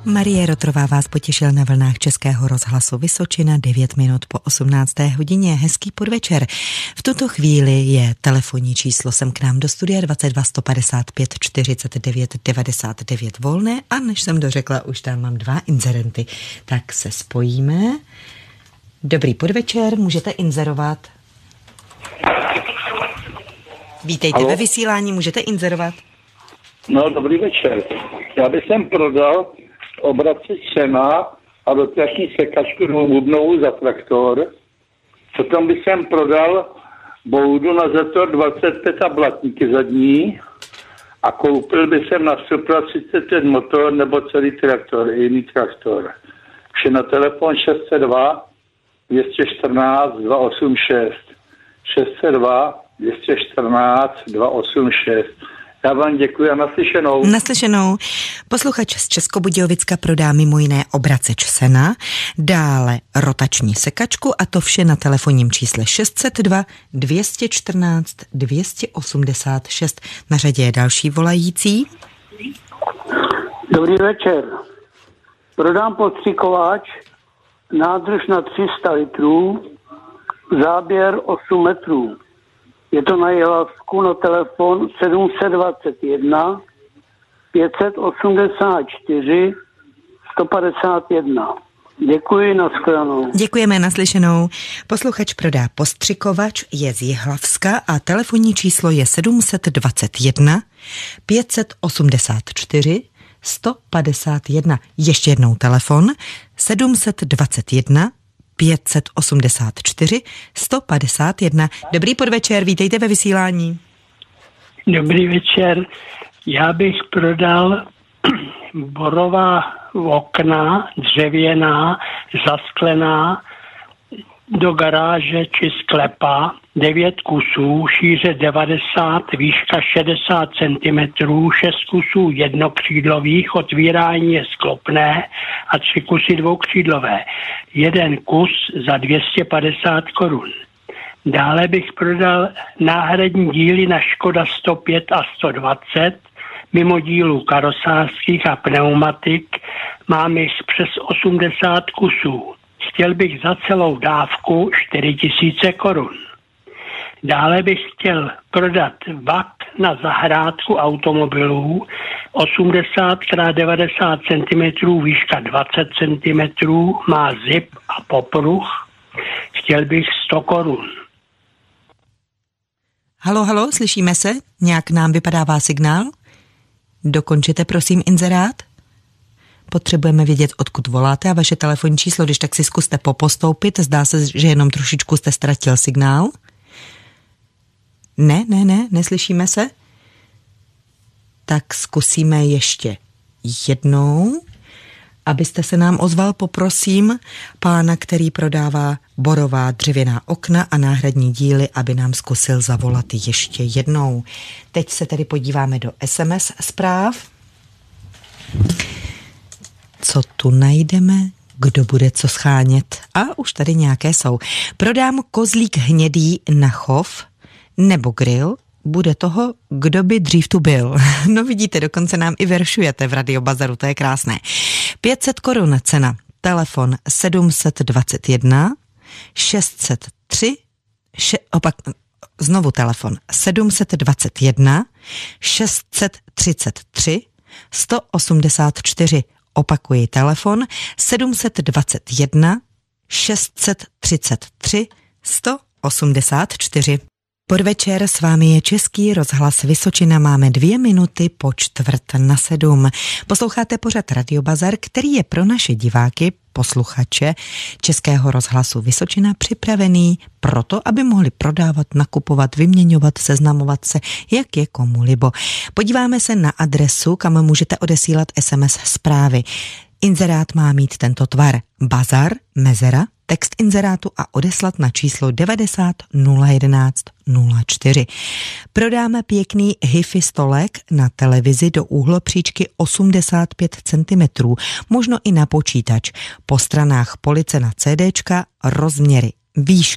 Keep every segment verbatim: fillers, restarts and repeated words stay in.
Marie Rotrová vás potěšil na vlnách Českého rozhlasu Vysočina devět minut po osmnácté hodině. Hezký podvečer. V tuto chvíli je telefonní číslo sem k nám do studia dvacet dva sto padesát pět čtyřicet devět devadesát devět volné a než jsem dořekla, už tam mám dva inzerenty, tak se spojíme. Dobrý podvečer, můžete inzerovat. Vítejte Halo. Ve vysílání, můžete inzerovat. No, dobrý večer. Já bych sem prodal obrace sena a dotační sekačku dvoububnovou za traktor. Potom bych sem prodal boudu na Zetor dvacet pět a blatníky zadní a koupil bych sem na Supra třicet pět motor nebo celý traktor, jiný traktor. Vše na telefon šest set dva dvě stě čtrnáct dva osm šest. šest set dva dvě stě čtrnáct dva osm šest. Já vám děkuji a naslyšenou. Naslyšenou. Posluchač z Českobudějovicka prodá mimo jiné obraceč sena, dále rotační sekačku a to vše na telefonním čísle šest set dva dvě stě čtrnáct dvě stě osmdesát šest. Na řadě je další volající. Dobrý večer. Prodám postřikovač, nádrž na tři sta litrů, záběr osm metrů. Je to na Jihlavsku na telefon sedm set dvacet jedna pět set osmdesát čtyři sto padesát jedna. Děkuji, nashledanou. Děkujeme, naslyšenou. Posluchač prodá postřikovač, je z Jihlavska a telefonní číslo je sedm set dvacet jedna pět set osmdesát čtyři sto padesát jedna. Ještě jednou telefon sedm set dvacet jedna pět set osmdesát čtyři sto padesát jedna. Dobrý podvečer, vítejte ve vysílání. Dobrý večer. Já bych prodal borová okna, dřevěná, zasklená, do garáže či sklepa, devět kusů, šíře devadesát, výška šedesát centimetrů, šest kusů jednokřídlových, otvírání je sklopné a tři kusy dvoukřídlové. Jeden kus za dvě stě padesát korun. Dále bych prodal náhradní díly na Škoda sto pět a sto dvacet, mimo dílů karosářských a pneumatik, mám jich přes osmdesát kusů. Chtěl bych za celou dávku čtyři tisíce korun. Dále bych chtěl prodat vak na zahrádku automobilů osmdesát krát devadesát centimetrů, výška dvacet centimetrů, má zip a popruh. Chtěl bych sto korun. Halo, halo, slyšíme se? Nějak nám vypadává signál? Dokončete prosím inzerát. Potřebujeme vědět, odkud voláte a vaše telefonní číslo, když tak si zkuste popostoupit. Zdá se, že jenom trošičku jste ztratil signál. Ne, ne, ne, neslyšíme se. Tak zkusíme ještě jednou, abyste se nám ozval, poprosím pána, který prodává borová dřevěná okna a náhradní díly, aby nám zkusil zavolat ještě jednou. Teď se tedy podíváme do es em es zpráv. Co tu najdeme? Kdo bude co schánět? A už tady nějaké jsou. Prodám kozlík hnědý na chov nebo grill. Bude toho, kdo by dřív tu byl. No vidíte, dokonce nám i veršujete v Radiobazaru, to je krásné. pět set korun cena. Telefon sedm set dvacet jedna šest set tři še, opak, znovu telefon sedm set dvacet jedna šest set třicet tři sto osmdesát čtyři. Opakuji telefon sedm set dvacet jedna šest set třicet tři sto osmdesát čtyři. Podvečer s vámi je Český rozhlas Vysočina, máme dvě minuty po čtvrt na sedm. Posloucháte pořad Radiobazar, který je pro naše diváky, posluchače Českého rozhlasu Vysočina připravený proto, aby mohli prodávat, nakupovat, vyměňovat, seznamovat se, jak je komu libo. Podíváme se na adresu, kam můžete odesílat es em es zprávy. Inzerát má mít tento tvar: bazar, mezera, text inzerátu a odeslat na číslo devadesát nula jedenáct nula čtyři. Prodáme pěkný hi-fi stolek na televizi do úhlopříčky osmdesát pět centimetrů, možno i na počítač. Po stranách police na CDčka, rozměry, výška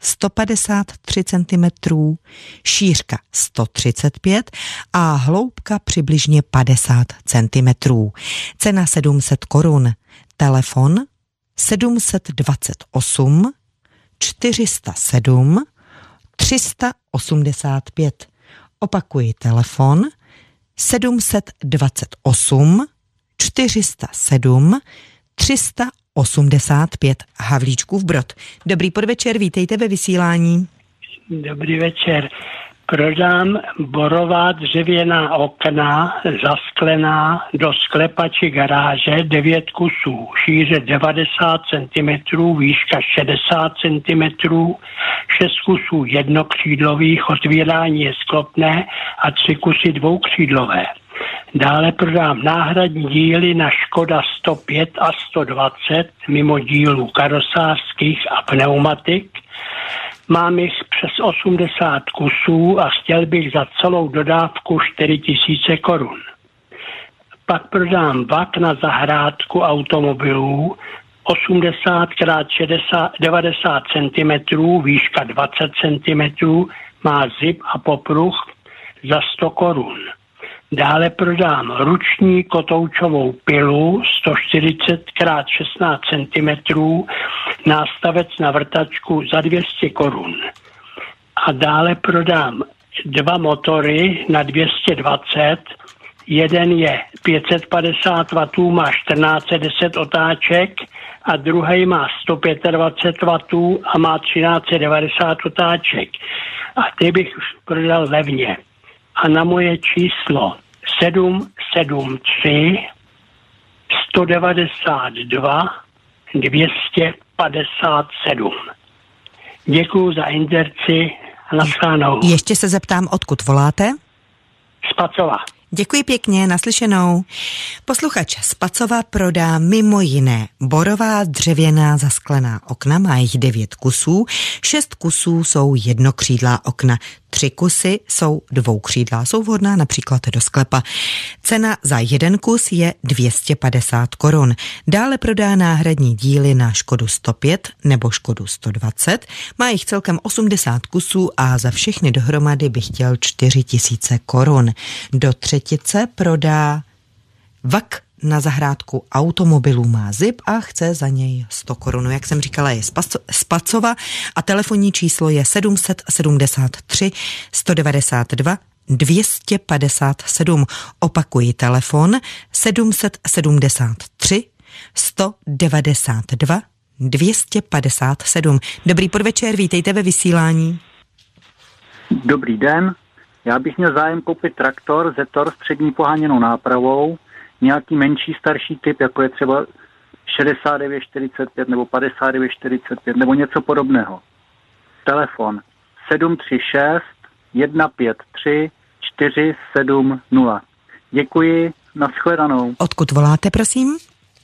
sto padesát tři centimetrů, šířka sto třicet pět a hloubka přibližně padesát centimetrů. Cena sedm set korun. Telefon sedm set dvacet osm čtyři sta sedm tři sta osmdesát pět. Opakuji telefon sedm set dvacet osm čtyři sta sedm tři sta osmdesát pět. Havlíčkův Brod. Dobrý podvečer, vítejte ve vysílání. Dobrý večer. Prodám borová dřevěná okna, zasklená, do sklepa či garáže, devět kusů, šíře devadesát centimetrů, výška šedesát centimetrů, šest kusů jednokřídlových, otvírání je sklopné a tři kusy dvoukřídlové. Dále prodám náhradní díly na Škoda sto pět a sto dvacet, mimo dílů karosářských a pneumatik. Mám jich přes osmdesát kusů a chtěl bych za celou dodávku čtyři tisíce korun. Pak prodám vak na zahrádku automobilů osmdesát krát devadesát centimetrů, výška dvacet centimetrů, má zip a popruh za sto korun. Dále prodám ruční kotoučovou pilu sto čtyřicet krát šestnáct centimetrů, nástavec na vrtačku za dvě stě korun. A dále prodám dva motory na dvě stě dvacet. Jeden je pět set padesát wattů, má čtrnáct set deset otáček a druhý má sto dvacet pět wattů a má třináct set devadesát otáček. A ty bych prodal levně. A na moje číslo sedm sedm tři sto devadesát dva dvě stě padesát sedm. Děkuju za interci a naschledanou. Ještě se zeptám, odkud voláte? Z Pacova. Děkuji pěkně, naslyšenou. Posluchač z Pacova prodá mimo jiné borová dřevěná zasklená okna, má jich devět kusů, šest kusů jsou jednokřídlá okna, tři kusy jsou dvoukřídlá, jsou vhodná například do sklepa. Cena za jeden kus je dvě stě padesát korun. Dále prodá náhradní díly na Škodu sto pět nebo Škodu sto dvacet, má jich celkem osmdesát kusů a za všechny dohromady by chtěl čtyři tisíce korun. Do třetice prodá vak na zahrádku automobilů, má zip a chce za něj sto korun. Jak jsem říkala, je z Pacova a telefonní číslo je sedm set sedmdesát tři sto devadesát dva dvě stě padesát sedm. Opakuji telefon sedm set sedmdesát tři sto devadesát dva dvě stě padesát sedm. Dobrý podvečer, vítejte ve vysílání. Dobrý den, já bych měl zájem koupit traktor Zetor s přední poháněnou nápravou, nějaký menší, starší typ, jako je třeba šedesát devět čtyřicet pět nebo padesát devět čtyřicet pět nebo něco podobného. Telefon sedm tři šest jedna pět tři čtyři sedm nula. Děkuji, nashledanou. Odkud voláte, prosím?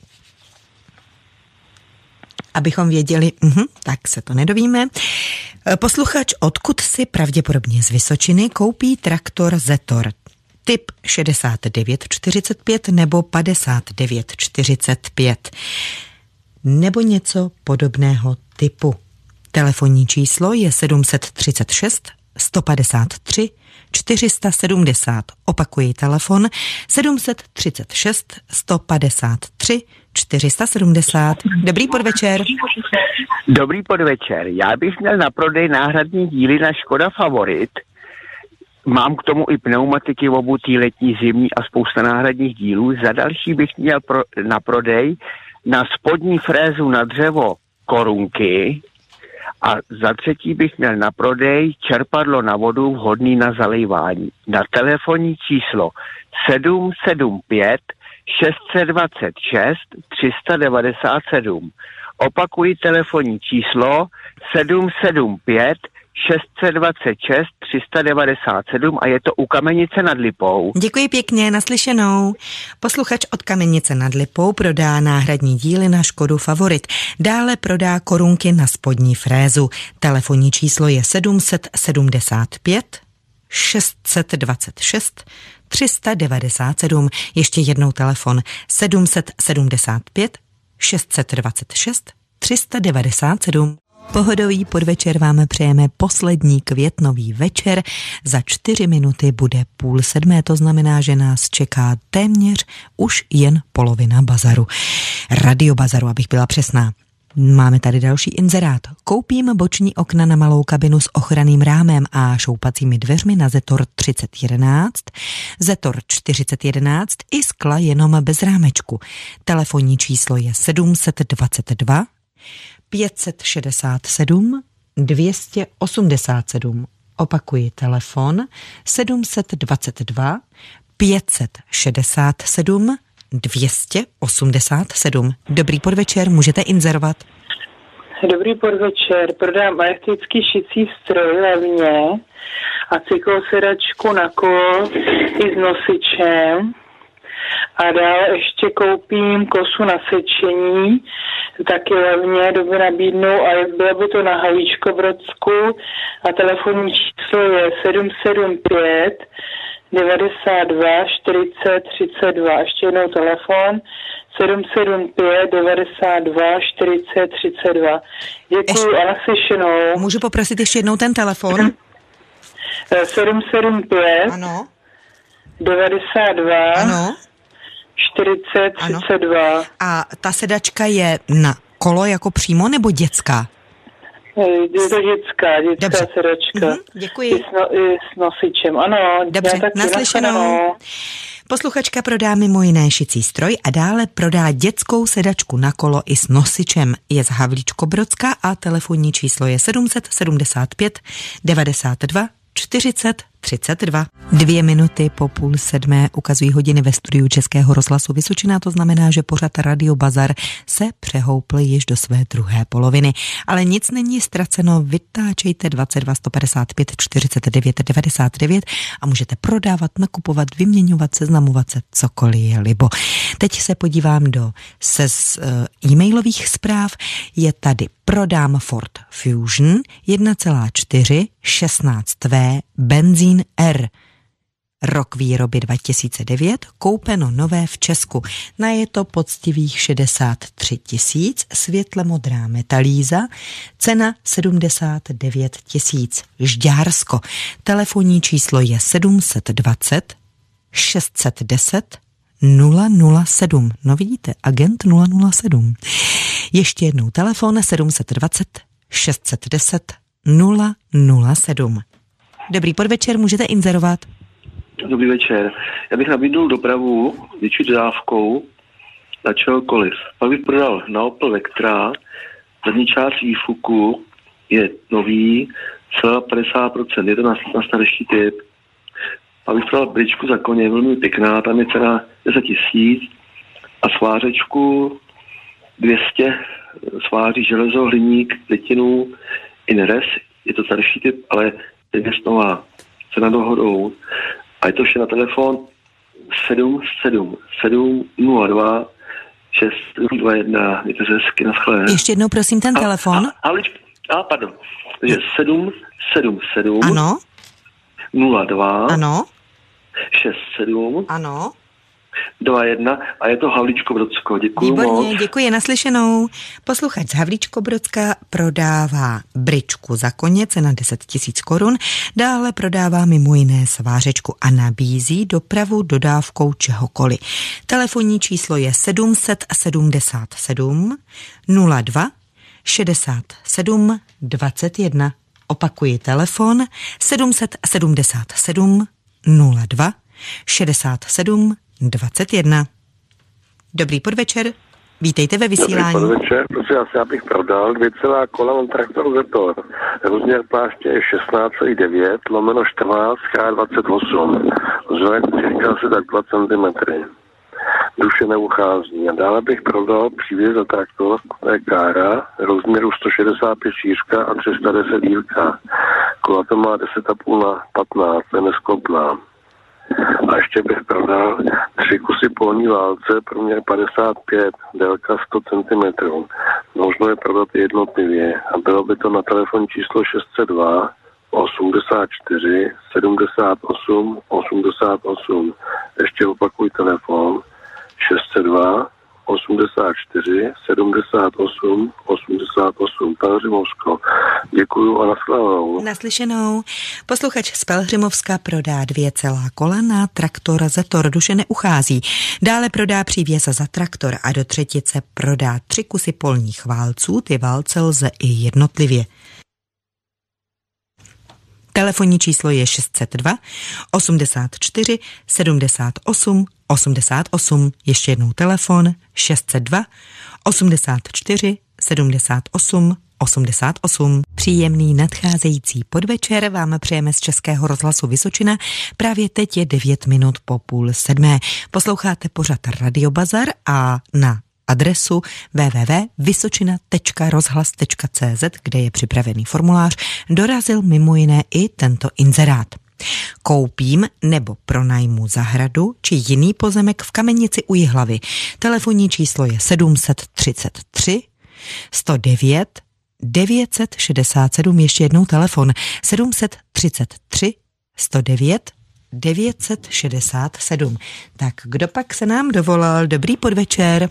Abychom věděli, uhum, tak se to nedovíme. Posluchač odkud si pravděpodobně z Vysočiny koupí traktor Zetor. Typ šedesát devět čtyřicet pět nebo padesát devět čtyřicet pět. Nebo něco podobného typu. Telefonní číslo je sedm set třicet šest sto padesát tři čtyři sta sedmdesát. Opakuji telefon sedm set třicet šest sto padesát tři čtyři sta sedmdesát. Dobrý podvečer. Dobrý podvečer. Já bych měl na prodej náhradní díly na Škoda Favorit. Mám k tomu i pneumatiky, obutí, letní, zimní a spousta náhradních dílů. Za další bych měl pro, na prodej na spodní frézu na dřevo korunky a za třetí bych měl na prodej čerpadlo na vodu vhodný na zalejvání. Na telefonní číslo sedm sedm pět šest dva šest tři devět sedm. Opakuji telefonní číslo sedm sedm pět šest dva šest tři devět sedm a je to u Kamenice nad Lipou. Děkuji pěkně, naslyšenou. Posluchač od Kamenice nad Lipou prodá náhradní díly na Škodu Favorit. Dále prodá korunky na spodní frézu. Telefonní číslo je sedm set sedmdesát pět šest dvacet šest tři devadesát sedm. Ještě jednou telefon sedm set sedmdesát pět šest dvacet šest tři devadesát sedm. Pohodový podvečer vám přejeme poslední květnový večer. Za čtyři minuty bude půl sedmé, to znamená, že nás čeká téměř už jen polovina bazaru. Radio bazaru, abych byla přesná. Máme tady další inzerát. Koupím boční okna na malou kabinu s ochranným rámem a šoupacími dveřmi na Zetor třicet jedenáct, Zetor čtyřicet jedenáct i skla jenom bez rámečku. Telefonní číslo je sedm set dvacet dva pět set šedesát sedm dvě stě osmdesát sedm. Opakuji telefon sedm set dvacet dva pět set šedesát sedm dvě stě osmdesát sedm. Dobrý podvečer, můžete inzerovat. Dobrý podvečer, prodám elektrický šicí stroj hlavně a cyklosedačku na kolo i s nosičem. A dále ještě koupím kosu na sečení, taky levně, doby nabídnou a bylo by to na Havlíčkobrodsku a telefonní číslo je sedm sedm pět devadesát dva čtyřicet třicet dva. Ještě jednou telefon sedm sedm pět devadesát dva čtyřicet třicet dva. Děkuji a naslyšenou. Můžu poprosit ještě jednou ten telefon? sedm sedm pět Ano. devadesát dva Ano. čtyřicet třicet dva. Ano. A ta sedačka je na kolo jako přímo nebo dětská? Je to dětská, dětská Dobře. sedačka. Mhm, děkuji. I s, no, i s nosičem, ano. Dobře, naslyšenou. Posluchačka prodá mimo jiné šicí stroj a dále prodá dětskou sedačku na kolo i s nosičem. Je z Havlíčkobrodská a telefonní číslo je sedm set sedmdesát pět devadesát dva čtyřicet třicet dva. Dvě minuty po půl sedmé ukazují hodiny ve studiu Českého rozhlasu Vysočina, to znamená, že pořad Radio Bazar se přehoupl již do své druhé poloviny. Ale nic není ztraceno, vytáčejte dvacet dva sto padesát pět čtyřicet devět devadesát devět a můžete prodávat, nakupovat, vyměňovat, seznamovat se, cokoliv je libo. Teď se podívám do se z uh, e-mailových zpráv. Je tady prodám Ford Fusion jedna celá čtyři šestnáct vé benzín R. Rok výroby dva tisíce devět, koupeno nové v Česku. Na je to poctivých šedesát tři tisíc, světle modrá metalíza, cena sedmdesát devět tisíc. Žďársko. Telefonní číslo je sedm set dvacet šest set deset nula nula sedm. No vidíte, agent nula nula sedm. Ještě jednou telefon sedm set dvacet šest set deset nula nula sedm. Dobrý podvečer, můžete inzerovat. Dobrý večer. Já bych nabídl dopravu větší dodávkou na čehokoliv. Pak bych prodal na Opel Vectra, zadní část výfuku je nový, celá padesát procent, je to na, na starší typ. Pak bych prodal bričku za koně, je velmi pěkná, tam je cena deset tisíc a svářečku dvě stě, sváří železo, hliník, plitinu, Inres, je to starší typ, ale je nová, cena dohodou. A je to vše na telefon sedm sedm sedm nula dva šest dva jedna. Mějte se hezky, naschle. Ještě jednou prosím ten a, telefon. A, a, a, a pardon. Takže sedm sedm sedm Ano. nula dva Ano. šest sedm Ano. dva jedna a je to Havlíčkobrodsko. Děkuji moc. Výborně, děkuji, naslyšenou. Posluchač z Havlíčkobrodska prodává bričku za koně, cena deset tisíc korun, dále prodává mimo jiné svářečku a nabízí dopravu dodávkou čehokoliv. Telefonní číslo je sedm set sedmdesát sedm nula dva šedesát sedm dvacet jedna. Opakuji telefon sedm set sedmdesát sedm nula dva šedesát sedm dvacet jedna. Dobrý podvečer, vítejte ve vysílání. Dobrý podvečer, prosím vás, já bych prodal dvě celá kola, mám traktor Zetor. Rozměr pláště je šestnáct celá devět lomeno čtrnáct K dvacet osm. Vzhled říká se tak dva centimetry. Duše neuchází. A dále bych prodal přívěs za traktor, to je Kára, rozměru sto šedesát pět šířka a tři sta deset dílka. Kola to má deset a půl na patnáct, je nesklopná. A ještě bych prodal tři kusy polní válce, průměr padesát pět, délka sto centimetrů. Možno je prodat jednotlivě a bylo by to na telefon číslo šest set dva osmdesát čtyři sedmdesát osm osmdesát osm. Ještě opakuj telefon šest set dva osmdesát čtyři, sedmdesát osm, osmdesát osm. Pelhřimovsko. Děkuju a nashledanou. Naslyšenou. Posluchač z Pelhřimovska prodá dvě celá kola na traktor Zetor, duše neuchází. Dále prodá přívěs za traktor a do třetice prodá tři kusy polních válců. Ty válce lze i jednotlivě. Telefonní číslo je šest set dva, osmdesát čtyři, sedmdesát osm, osmdesát osm. Ještě jednou telefon šest set dva, osmdesát čtyři, sedmdesát osm, osmdesát osm. Příjemný nadcházející podvečer vám přejeme z Českého rozhlasu Vysočina. Právě teď je devět minut po půl sedmé. Posloucháte pořad Radio Bazar a na adresu w w w tečka vysočina tečka rozhlas tečka c z, kde je připravený formulář, dorazil mimo jiné i tento inzerát. Koupím nebo pronajmu zahradu či jiný pozemek v Kamenici u Jihlavy. Telefonní číslo je sedm set třicet tři, sto devět, devět set šedesát sedm. Ještě jednou telefon sedm set třicet tři, sto devět, devět set šedesát sedm. Tak kdo pak se nám dovolal? Dobrý podvečer.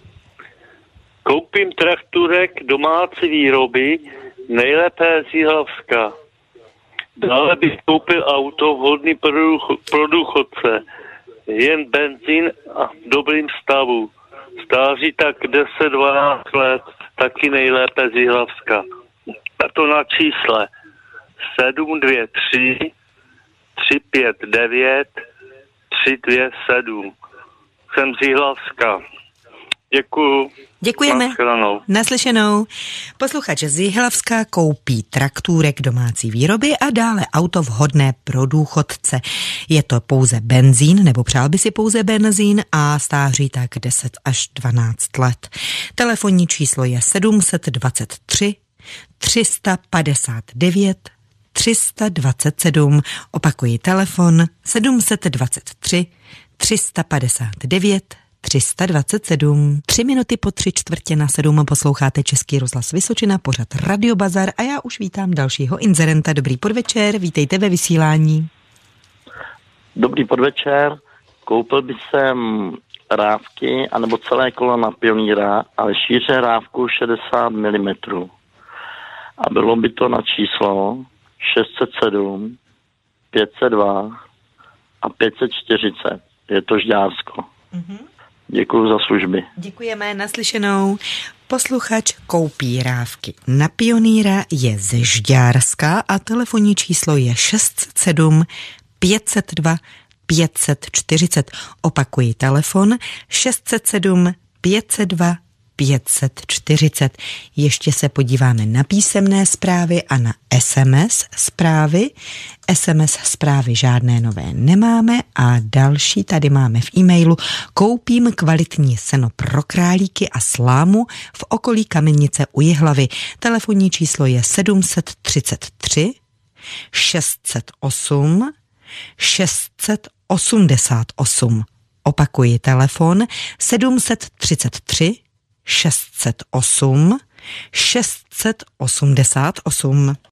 Koupím trakturek domácí výroby, nejlépe z Jihlavska. Dále bych koupil auto vhodný pro důchodce, jen benzín a v dobrým stavu. Stáří tak deset dvanáct let, taky nejlépe z Jihlavska. A to na čísle sedm dvě tři, tři pět devět, tři dvě sedm. Jsem z Jihlavska. Děkuju. Děkujeme. Naslyšenou. Naslyšenou. Posluchač z Jihlavska koupí traktůrek domácí výroby a dále auto vhodné pro důchodce. Je to pouze benzín, nebo přál by si pouze benzín a stáří tak deset až dvanáct let. Telefonní číslo je sedm set dvacet tři, tři sta padesát devět, tři sta dvacet sedm. Opakuji telefon sedm set dvacet tři, tři sta padesát devět, tři sta dvacet sedm. Tři minuty po tři čtvrtě na sedm posloucháte Český rozhlas Vysočina, pořad Radio Bazar a já už vítám dalšího inzerenta. Dobrý podvečer, vítejte ve vysílání. Dobrý podvečer, koupil bych jsem rávky anebo celé kolo na Pionýra, ale šíře rávku šedesát milimetrů. A bylo by to na číslo šest set sedm, pět set dva a pět set čtyřicet. Je to Žďársko. Mm-hmm. Děkuji za služby. Děkujeme, naslyšenou. Posluchač koupí rávky na Pionýra, je ze Žďárska a telefonní číslo je šest set sedm, pět set dva, pět set čtyřicet. Opakuji telefon šest set sedm, pět set dva, pět set čtyřicet. Ještě se podíváme na písemné zprávy a na es em es zprávy. es em es zprávy žádné nové nemáme a další tady máme v e-mailu. Koupím kvalitní seno pro králíky a slámu v okolí Kamenice u Jihlavy. Telefonní číslo je sedm set třicet tři, šest set osm, šest set osmdesát osm. Opakuji telefon sedm set třicet tři, šest set osm, šest set osmdesát osm.